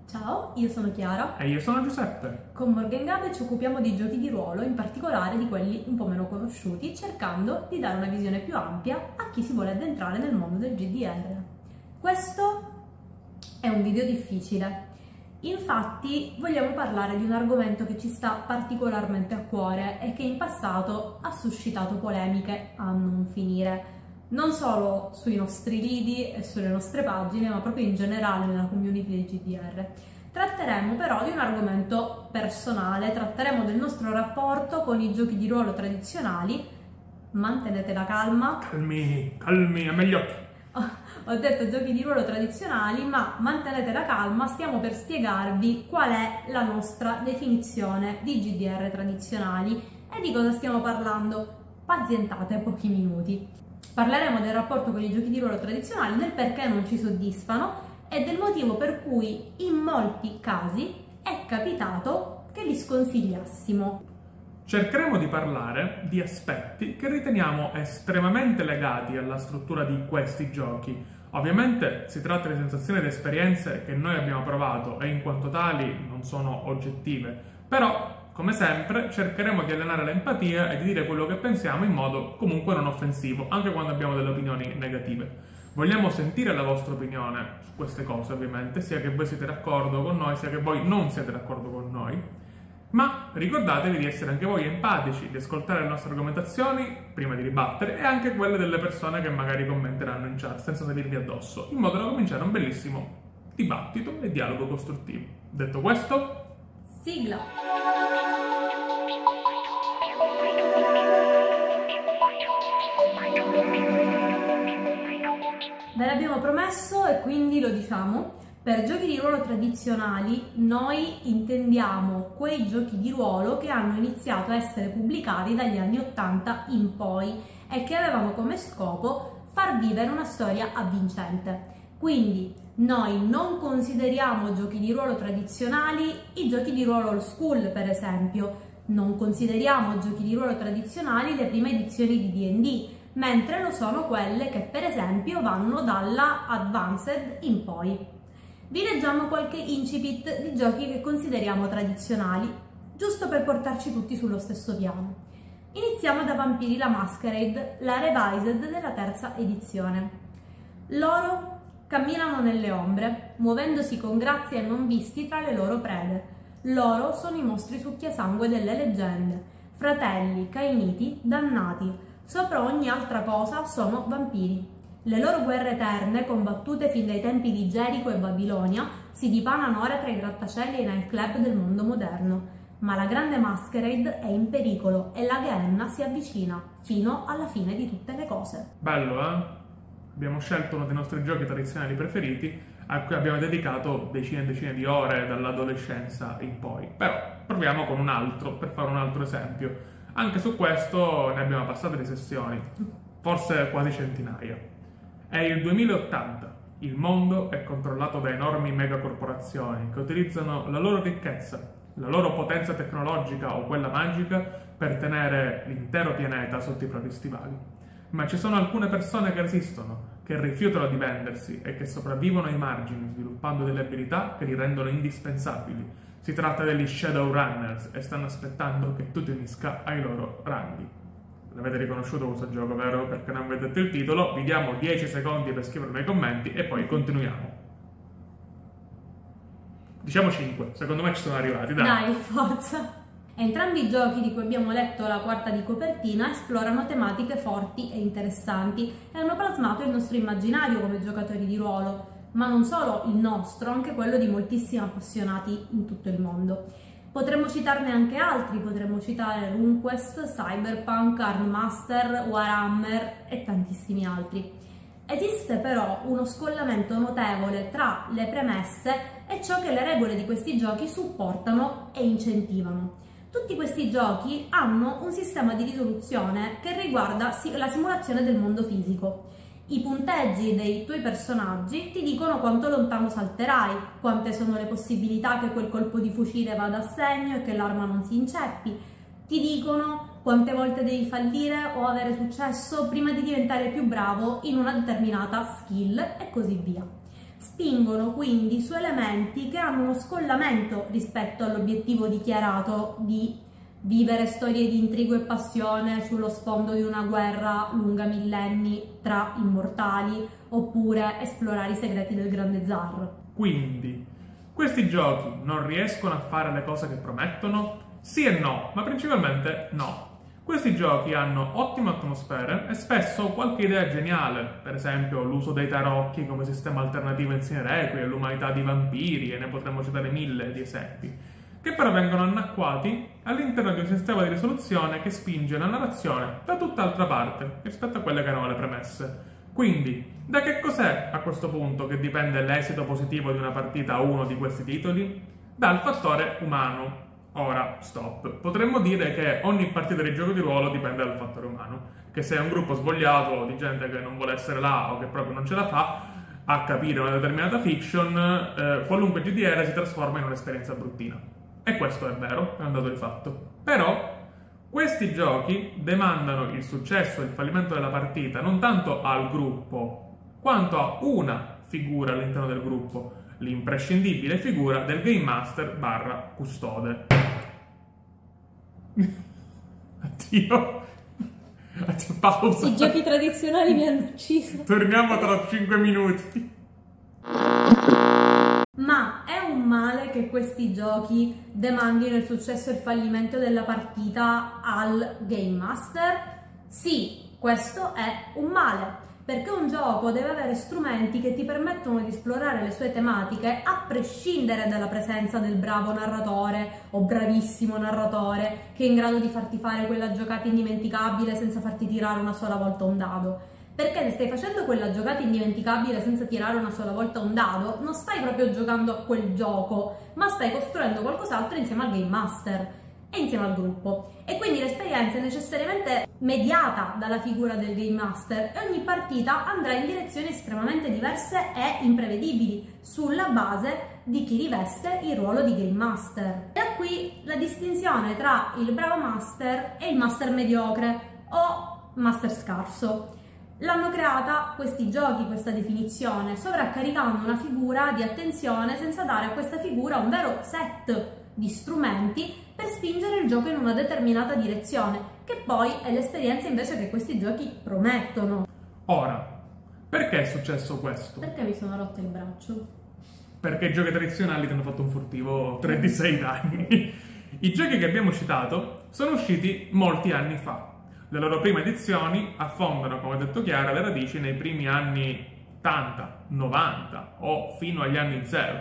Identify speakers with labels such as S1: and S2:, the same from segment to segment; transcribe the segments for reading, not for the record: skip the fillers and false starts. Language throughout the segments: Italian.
S1: Ciao, io sono Chiara.
S2: E io sono Giuseppe.
S1: Con Morgan Gabe ci occupiamo di giochi di ruolo, in particolare di quelli un po' meno conosciuti, cercando di dare una visione più ampia a chi si vuole addentrare nel mondo del GDR. Questo è un video difficile, infatti vogliamo parlare di un argomento che ci sta particolarmente a cuore e che in passato ha suscitato polemiche a non finire, non solo sui nostri lidi e sulle nostre pagine, ma proprio in generale nella community del GDR. Tratteremo però di un argomento personale, tratteremo del nostro rapporto con i giochi di ruolo tradizionali. Mantenete la calma.
S2: Calmi, a me gli occhi.
S1: Ho detto giochi di ruolo tradizionali, ma mantenete la calma, stiamo per spiegarvi qual è la nostra definizione di GDR tradizionali e di cosa stiamo parlando. Pazientate pochi minuti. Parleremo del rapporto con i giochi di ruolo tradizionali, del perché non ci soddisfano e del motivo per cui in molti casi è capitato che li sconsigliassimo.
S2: Cercheremo di parlare di aspetti che riteniamo estremamente legati alla struttura di questi giochi. Ovviamente si tratta di sensazioni ed esperienze che noi abbiamo provato e in quanto tali non sono oggettive, però come sempre cercheremo di allenare l'empatia e di dire quello che pensiamo in modo comunque non offensivo, anche quando abbiamo delle opinioni negative. Vogliamo sentire la vostra opinione su queste cose, ovviamente, sia che voi siete d'accordo con noi, sia che voi non siete d'accordo con noi, ma ricordatevi di essere anche voi empatici, di ascoltare le nostre argomentazioni prima di ribattere e anche quelle delle persone che magari commenteranno in chat senza salirvi addosso, in modo da cominciare un bellissimo dibattito e dialogo costruttivo. Detto questo,
S1: sigla! Ve l'abbiamo promesso e quindi lo diciamo. Per giochi di ruolo tradizionali noi intendiamo quei giochi di ruolo che hanno iniziato a essere pubblicati dagli anni 80 in poi e che avevano come scopo far vivere una storia avvincente. Quindi noi non consideriamo giochi di ruolo tradizionali i giochi di ruolo old school, per esempio. Non consideriamo giochi di ruolo tradizionali le prime edizioni di D&D, mentre lo sono quelle che per esempio vanno dalla Advanced in poi. Vi leggiamo qualche incipit di giochi che consideriamo tradizionali, giusto per portarci tutti sullo stesso piano. Iniziamo da Vampiri la Masquerade, la revised della terza edizione. Loro camminano nelle ombre, muovendosi con grazia e non visti tra le loro prede. Loro sono i mostri succhiasangue delle leggende, fratelli, cainiti, dannati. Sopra ogni altra cosa sono vampiri. Le loro guerre eterne, combattute fin dai tempi di Gerico e Babilonia, si dipanano ora tra i grattacieli e i nightclub del mondo moderno. Ma la grande Masquerade è in pericolo e la Gehenna si avvicina, fino alla fine di tutte le cose.
S2: Bello, eh? Abbiamo scelto uno dei nostri giochi tradizionali preferiti, a cui abbiamo dedicato decine e decine di ore dall'adolescenza in poi. Però proviamo con un altro, per fare un altro esempio. Anche su questo ne abbiamo passate di sessioni, forse quasi centinaia. È il 2080, il mondo è controllato da enormi megacorporazioni che utilizzano la loro ricchezza, la loro potenza tecnologica o quella magica per tenere l'intero pianeta sotto i propri stivali. Ma ci sono alcune persone che resistono, che rifiutano di vendersi e che sopravvivono ai margini, sviluppando delle abilità che li rendono indispensabili. Si tratta degli Shadowrunners e stanno aspettando che tu ti unisca ai loro ranghi. L'avete riconosciuto questo gioco, vero? Perché non vedete il titolo, vi diamo 10 secondi per scriverlo nei commenti e poi continuiamo. Diciamo 5, secondo me ci sono arrivati, dai.
S1: Dai, forza! Entrambi i giochi di cui abbiamo letto la quarta di copertina esplorano tematiche forti e interessanti e hanno plasmato il nostro immaginario come giocatori di ruolo, ma non solo il nostro, anche quello di moltissimi appassionati in tutto il mondo. Potremmo citarne anche altri, potremmo citare RuneQuest, Cyberpunk, Armmaster, Warhammer e tantissimi altri. Esiste però uno scollamento notevole tra le premesse e ciò che le regole di questi giochi supportano e incentivano. Tutti questi giochi hanno un sistema di risoluzione che riguarda la simulazione del mondo fisico. I punteggi dei tuoi personaggi ti dicono quanto lontano salterai, quante sono le possibilità che quel colpo di fucile vada a segno e che l'arma non si inceppi. Ti dicono quante volte devi fallire o avere successo prima di diventare più bravo in una determinata skill e così via. spingono quindi su elementi che hanno uno scollamento rispetto all'obiettivo dichiarato di vivere storie di intrigo e passione sullo sfondo di una guerra lunga millenni tra immortali, oppure esplorare i segreti del grande zar.
S2: Quindi, questi giochi non riescono a fare le cose che promettono? Sì e no, ma principalmente no. Questi giochi hanno ottime atmosfere e spesso qualche idea geniale, per esempio l'uso dei tarocchi come sistema alternativo in Sine Requiem, l'umanità di vampiri, e ne potremmo citare 1000 di esempi, che però vengono annacquati all'interno di un sistema di risoluzione che spinge la narrazione da tutt'altra parte rispetto a quelle che erano le premesse. Quindi, da che cos'è a questo punto che dipende l'esito positivo di una partita a uno di questi titoli? Dal fattore umano. Ora, stop. Potremmo dire che ogni partita di gioco di ruolo dipende dal fattore umano, che se è un gruppo svogliato di gente che non vuole essere là o che proprio non ce la fa a capire una determinata fiction, qualunque GDR si trasforma in un'esperienza bruttina. E questo è vero, è un dato di fatto. Però questi giochi demandano il successo e il fallimento della partita non tanto al gruppo, quanto a una figura all'interno del gruppo, l'imprescindibile figura del Game Master / custode. Addio. Pausa.
S1: I giochi tradizionali mi hanno ucciso.
S2: Torniamo tra 5 minuti.
S1: Ma è un male che questi giochi demandino il successo e il fallimento della partita al Game Master? Sì, questo è un male, perché un gioco deve avere strumenti che ti permettono di esplorare le sue tematiche a prescindere dalla presenza del bravo narratore o bravissimo narratore che è in grado di farti fare quella giocata indimenticabile senza farti tirare una sola volta un dado. Perché se stai facendo quella giocata indimenticabile senza tirare una sola volta un dado, non stai proprio giocando a quel gioco, ma stai costruendo qualcos'altro insieme al Game Master e insieme al gruppo. E quindi l'esperienza è necessariamente mediata dalla figura del Game Master e ogni partita andrà in direzioni estremamente diverse e imprevedibili sulla base di chi riveste il ruolo di Game Master. E da qui la distinzione tra il bravo Master e il Master mediocre o Master scarso. L'hanno creata questi giochi, questa definizione, sovraccaricando una figura di attenzione senza dare a questa figura un vero set di strumenti per spingere il gioco in una determinata direzione, che poi è l'esperienza invece che questi giochi promettono.
S2: Ora, perché è successo questo?
S1: Perché mi sono rotto il braccio?
S2: Perché i giochi tradizionali ti hanno fatto un furtivo 3 di 6 danni. I giochi che abbiamo citato sono usciti molti anni fa. Le loro prime edizioni affondano, come ha detto Chiara, le radici nei primi anni 80, 90 o fino agli anni 0.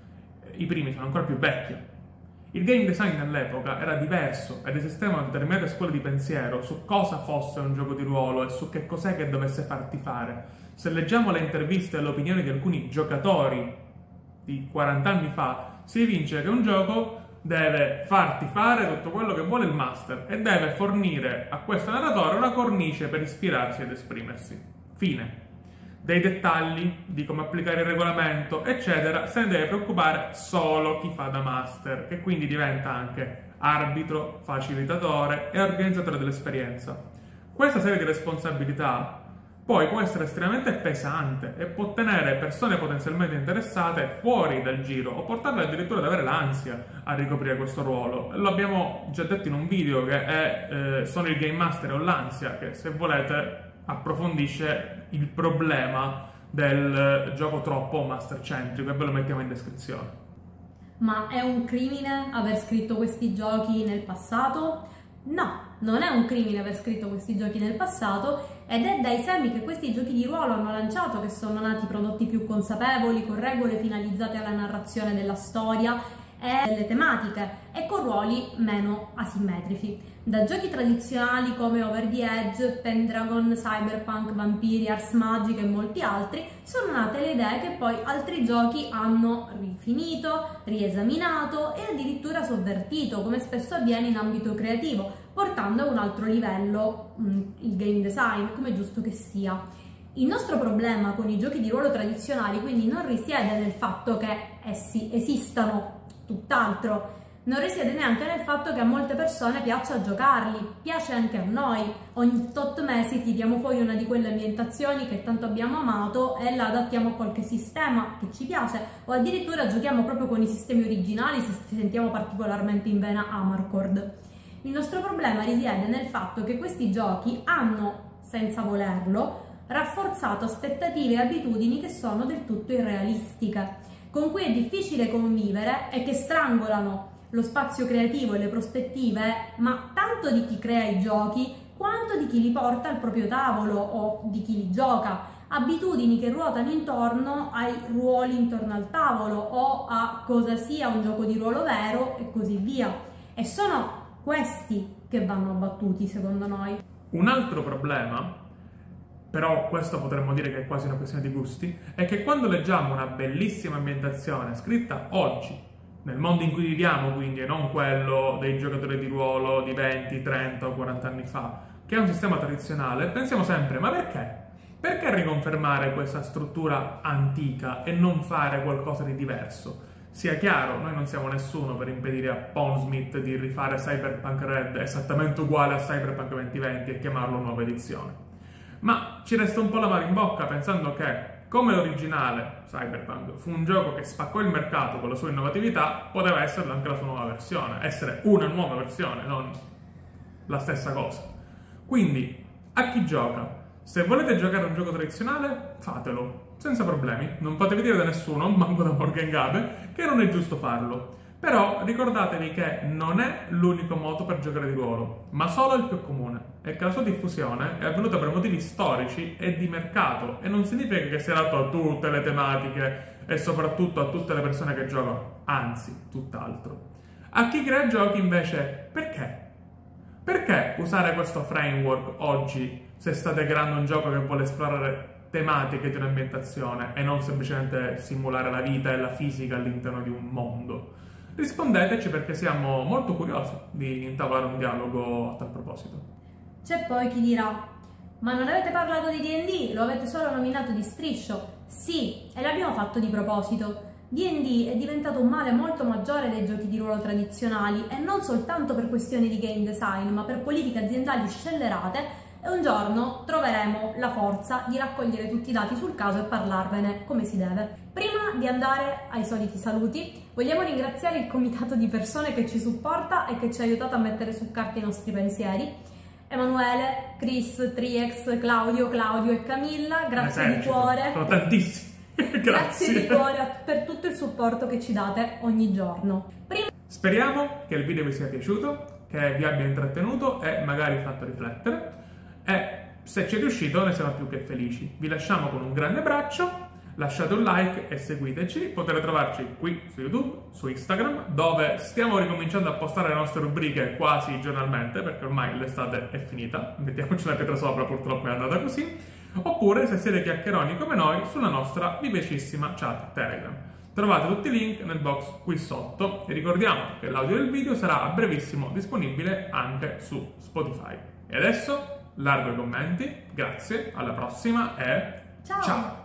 S2: I primi sono ancora più vecchi. Il game design dell'epoca era diverso ed esistevano determinate scuole di pensiero su cosa fosse un gioco di ruolo e su che cos'è che dovesse farti fare. Se leggiamo le interviste e le opinioni di alcuni giocatori di 40 anni fa, si evince che un gioco deve farti fare tutto quello che vuole il master e deve fornire a questo narratore una cornice per ispirarsi ed esprimersi. Fine. Dei dettagli di come applicare il regolamento, eccetera, se ne deve preoccupare solo chi fa da master, che quindi diventa anche arbitro, facilitatore e organizzatore dell'esperienza. Questa serie di responsabilità poi può essere estremamente pesante e può tenere persone potenzialmente interessate fuori dal giro o portarle addirittura ad avere l'ansia a ricoprire questo ruolo. Lo abbiamo già detto in un video che è Sono il Game Master o l'ansia, che se volete approfondisce il problema del gioco troppo mastercentrico e ve lo mettiamo in descrizione.
S1: Ma è un crimine aver scritto questi giochi nel passato? No, non è un crimine aver scritto questi giochi nel passato ed è dai semi che questi giochi di ruolo hanno lanciato che sono nati prodotti più consapevoli, con regole finalizzate alla narrazione della storia e delle tematiche e con ruoli meno asimmetrici. Da giochi tradizionali come Over the Edge, Pendragon, Cyberpunk, Vampiri, Ars Magica e molti altri sono nate le idee che poi altri giochi hanno rifinito, riesaminato e addirittura sovvertito, come spesso avviene in ambito creativo, portando a un altro livello il game design, come è giusto che sia. Il nostro problema con i giochi di ruolo tradizionali quindi non risiede nel fatto che essi esistano, tutt'altro, non risiede neanche nel fatto che a molte persone piaccia giocarli, piace anche a noi. Ogni tot mesi tiriamo fuori una di quelle ambientazioni che tanto abbiamo amato e la adattiamo a qualche sistema che ci piace, o addirittura giochiamo proprio con i sistemi originali se sentiamo particolarmente in vena Amarcord. Il nostro problema risiede nel fatto che questi giochi hanno, senza volerlo, rafforzato aspettative e abitudini che sono del tutto irrealistiche, con cui è difficile convivere e che strangolano lo spazio creativo e le prospettive, ma tanto di chi crea i giochi quanto di chi li porta al proprio tavolo o di chi li gioca. Abitudini che ruotano intorno ai ruoli intorno al tavolo o a cosa sia un gioco di ruolo vero e così via. E sono questi che vanno abbattuti, secondo noi.
S2: Un altro problema, però questo potremmo dire che è quasi una questione di gusti, è che quando leggiamo una bellissima ambientazione scritta oggi, nel mondo in cui viviamo quindi, e non quello dei giocatori di ruolo di 20, 30 o 40 anni fa, che è un sistema tradizionale, pensiamo sempre, ma perché? Perché riconfermare questa struttura antica e non fare qualcosa di diverso? Sia chiaro, noi non siamo nessuno per impedire a Pondsmith di rifare Cyberpunk Red esattamente uguale a Cyberpunk 2020 e chiamarlo nuova edizione. Ma ci resta un po' l'amaro in bocca pensando che, come l'originale Cyberpunk fu un gioco che spaccò il mercato con la sua innovatività, poteva esserlo anche la sua nuova versione, essere una nuova versione, non la stessa cosa. Quindi, a chi gioca? Se volete giocare a un gioco tradizionale, fatelo, senza problemi. Non fatevi dire da nessuno, manco da Morgan Gabe, che non è giusto farlo. Però ricordatevi che non è l'unico modo per giocare di ruolo, ma solo il più comune, e che la sua diffusione è avvenuta per motivi storici e di mercato, e non significa che sia dato a tutte le tematiche e soprattutto a tutte le persone che giocano, anzi, tutt'altro. A chi crea giochi invece, perché? Perché usare questo framework oggi se state creando un gioco che vuole esplorare tematiche di un'ambientazione e non semplicemente simulare la vita e la fisica all'interno di un mondo? Rispondeteci perché siamo molto curiosi di intavolare un dialogo a tal proposito.
S1: C'è poi chi dirà, ma non avete parlato di D&D, lo avete solo nominato di striscio. Sì, e l'abbiamo fatto di proposito. D&D è diventato un male molto maggiore dei giochi di ruolo tradizionali e non soltanto per questioni di game design, ma per politiche aziendali scellerate, e un giorno troveremo la forza di raccogliere tutti i dati sul caso e parlarvene come si deve. Prima di andare ai soliti saluti, vogliamo ringraziare il comitato di persone che ci supporta e che ci ha aiutato a mettere su carta i nostri pensieri. Emanuele, Chris, Triex, Claudio e Camilla, grazie di cuore.
S2: Sono tantissimi.
S1: Grazie di cuore per tutto il supporto che ci date ogni giorno.
S2: Speriamo che il video vi sia piaciuto, che vi abbia intrattenuto e magari fatto riflettere. E se ci è riuscito ne siamo più che felici. Vi lasciamo con un grande abbraccio, lasciate un like e seguiteci. Potete trovarci qui su YouTube, su Instagram, dove stiamo ricominciando a postare le nostre rubriche quasi giornalmente, perché ormai l'estate è finita, mettiamoci una pietra sopra, purtroppo è andata così. Oppure, se siete chiacchieroni come noi, sulla nostra vivacissima chat Telegram. Trovate tutti i link nel box qui sotto e ricordiamo che l'audio del video sarà a brevissimo disponibile anche su Spotify. E adesso largo i commenti, grazie, alla prossima e
S1: ciao!